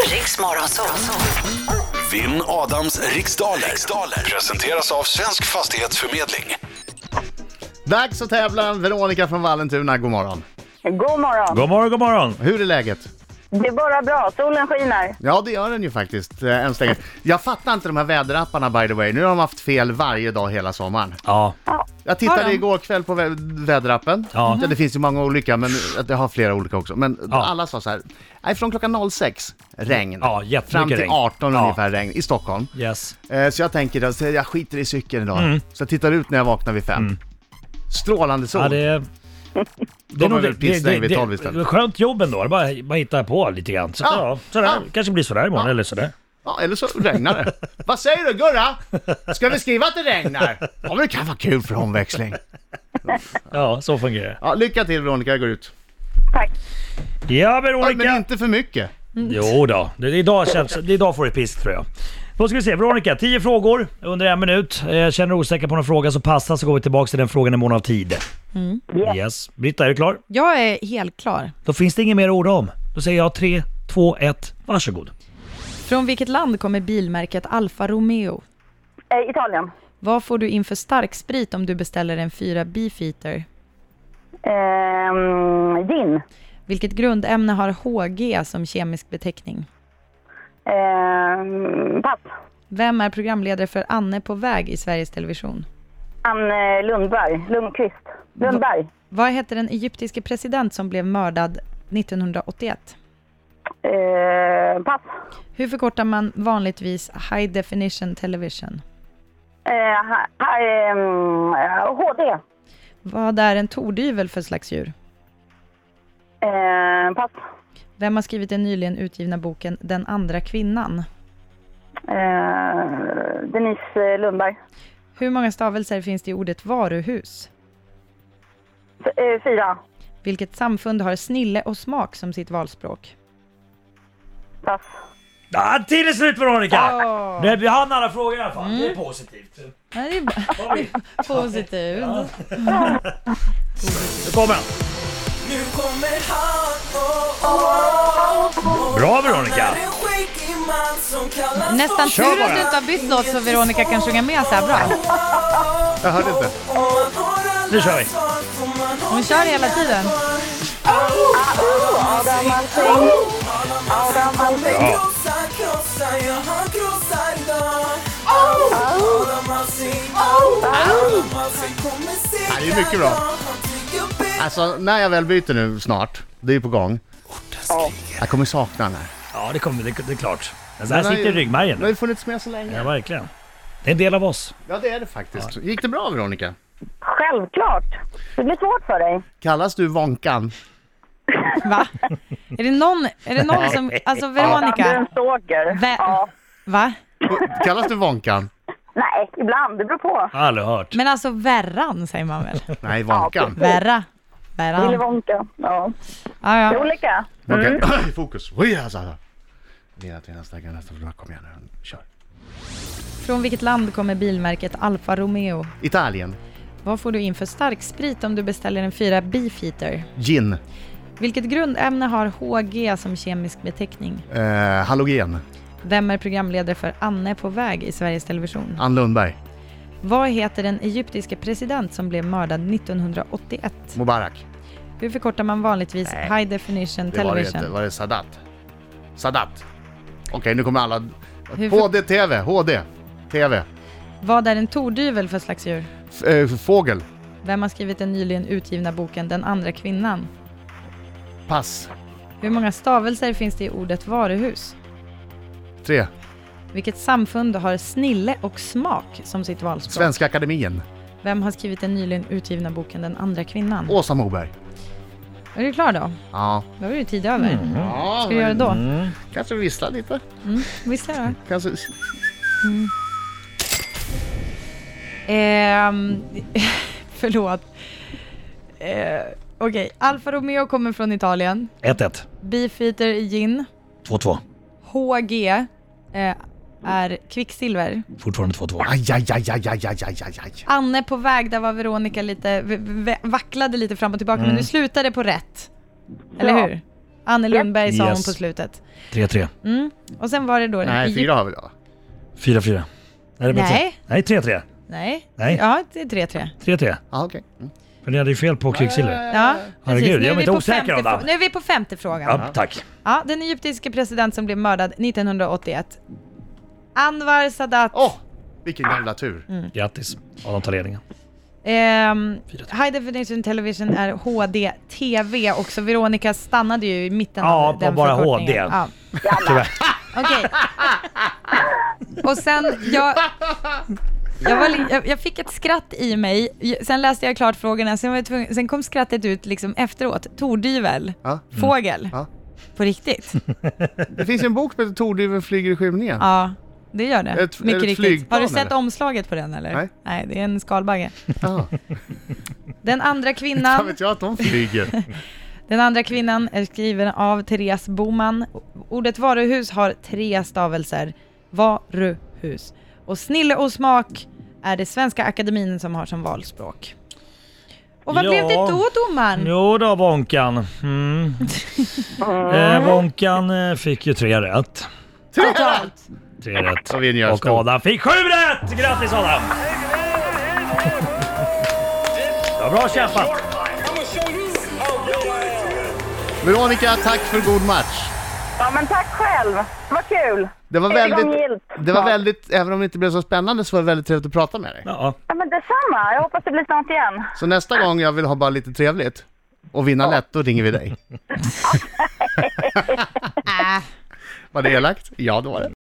Riks Morgonzoo. Vinn Adams riksdaler. Presenteras av Svensk Fastighetsförmedling. Dags att tävla. Veronica från Vallentuna, god morgon. God morgon. God morgon. Hur är läget? Det är bara bra. Solen skiner. Ja, det gör den ju faktiskt. Än så länge. Jag fattar inte de här väderapparna, by the way. Nu har de haft fel varje dag hela sommaren. Ja. Jag tittade igår kväll på väderappen. Ja. Det finns ju många olika, men det har flera olika också. Men alla sa så här, nej, från klockan 06, regn. Ja, jättemycket fram till regn. 18 ungefär regn i Stockholm. Yes. Så jag tänker, jag skiter i cykeln idag. Så jag tittar ut när jag vaknar vid 5. Strålande sol. Ja, det är nog det skönt jobb ändå. Bara hitta på lite grann. Så, sådär. Kanske blir sådär imorgon eller sådär. Ja, eller så regnar det. Vad säger du, Gurra? Ska vi skriva att det regnar? Ja, men det kan vara kul för omväxling. Ja, så fungerar det. Ja, lycka till, Veronica, jag går ut. Tack. Ja, Veronica. Men inte för mycket. Jo då. Idag får det pisk, tror jag. Då ska vi se, Veronica, 10 frågor under 1 minut. Jag känner osäker på någon fråga så passa, så går vi tillbaka till den frågan i mån av tid. Yes. Britta, är du klar? Jag är helt klar. Då finns det inget mer att orda om. Då säger jag 3, 2, 1, varsågod. Från vilket land kommer bilmärket Alfa Romeo? Italien. Vad får du in för stark sprit om du beställer en 4 Beefeater? Gin. Vilket grundämne har HG som kemisk beteckning? Pass. Vem är programledare för Anne på väg i Sveriges Television? Anne Lundberg. Vad heter den egyptiske president som blev mördad 1981? Pass. Hur förkortar man vanligtvis High Definition Television? HD. Vad är en tordyvel för slags djur? Pass. Vem har skrivit den nyligen utgivna boken Den andra kvinnan? Denise Lundberg. Hur många stavelser finns det i ordet varuhus? 4. Vilket samfund har snille och smak som sitt valspråk? Pass. Tid är slut, Veronica! Oh. Vi hann alla frågor i alla fall. Det är positivt. Ja, det är positivt. Ja. Nu kommer han. Nu kommer han. Bra, Veronica. Nästan tur att du inte har bytt låt så Veronica kan sjunga med så här bra. Jag hörde inte. Nu kör vi. Hon kör hela tiden. Det är mycket bra. Alltså, när jag väl byter nu snart, det är på gång. Jag kommer sakna den här. Ja, det är klart. Den här sitter i ryggmärgen. Den har ju funnits med så länge. Ja, verkligen. Det är en del av oss. Ja, det är det faktiskt. Gick det bra, Veronica? Självklart. Det blir svårt för dig. Kallas du Vonkan? Va? Är det någon som... Alltså, Veronica... Du är en stalker. Va? Kallas du Vonkan? Nej, ibland. Det beror på. Aldrig hört. Men alltså Verran säger man väl? Nej, Vonkan. Verran. Willy Wonka. Ja. Ja, ja. Det är olika. Okej, fokus. Oj, alltså. Nästa, kom igen nu. Kör. Från vilket land kommer bilmärket Alfa Romeo? Italien. Vad får du in för stark sprit om du beställer en 4 Beefeater? Gin. Vilket grundämne har HG som kemisk beteckning? Halogen. Vem är programledare för Anne på väg i Sveriges Television? Ann Lundberg. Vad heter den egyptiske president som blev mördad 1981? Mubarak. Hur förkortar man vanligtvis High Definition Det var det Television? inte. Var det Sadat? Okej, nu kommer alla... Hur- HD. TV. Vad är en tordyvel för slags djur? Fågel. Vem har skrivit den nyligen utgivna boken Den andra kvinnan? Pass. Hur många stavelser finns det i ordet varuhus? 3. Vilket samfund har snille och smak som sitt valspråk? Svenska Akademien. Vem har skrivit den nyligen utgivna boken Den andra kvinnan? Åsa Moberg. Är du klar då? Ja. Då är det tid över. Ja, Ska du göra det då? Kanske vissla lite. Visst är det? Kanske... Förlåt. Okej, Alfa Romeo kommer från Italien. 1-1. Beefeater är gin. 2-2. HG är kvicksilver. Fortfarande 2-2. Aj. Anne på väg, där var Veronica lite vacklade lite fram och tillbaka, men du slutade på rätt. Eller hur? Anne Lundberg sa hon på slutet. 3-3. Och sen var det då... Nej, 4 har vi då. 4-4. Nej, 3-3. Nej. Nej. Ja, det är 3-3. 3-3. Ja, okej. För ni hade ju fel på Kvicksilver. Ja, Herregud, jag är inte osäker om det. Nu är vi på 50 frågan. Ja, tack. Ja, den egyptiske president som blev mördad 1981. Anwar Sadat. Vilken jävla tur. Grattis. Adam tar ledningen. High Definition Television är HD-TV också. Veronica stannade ju i mitten av den bara förkortningen. HD. Ja. Tyvärr. Okej. Och sen, jag fick ett skratt i mig. Sen läste jag klart frågorna. Sen kom skrattet ut liksom efteråt. Tordyvel. Fågel. På riktigt. Det finns en bok som heter Tordyvel flyger i skymningen. Ja, det gör det. Mycket riktigt. Flygplan, har du sett eller? omslaget på den eller? Nej, det är en skalbagge. Ja. Den andra kvinnan... Jag vet jag att de flyger. Den andra kvinnan är skriven av Therese Boman. Ordet varuhus har 3 stavelser. Varuhus. Och snille och smak är det Svenska Akademin som har som valspråk. Och vad blev det då, domaren? Jo då, Vonkan. Vonkan fick ju 3 rätt. Totalt. 3 rätt. Och Adam fick 7 rätt! Grattis Adam! Det var bra kämpat. Veronica, tack för god match. Ja, men tack själv. Vad kul. Det var väldigt, även om det inte blev så spännande, så var det väldigt trevligt att prata med dig. Ja, men detsamma. Jag hoppas det blir snart igen. Så nästa gång jag vill ha bara lite trevligt och vinna lätt, då ringer vi dig. Var det elakt? Ja, det var det.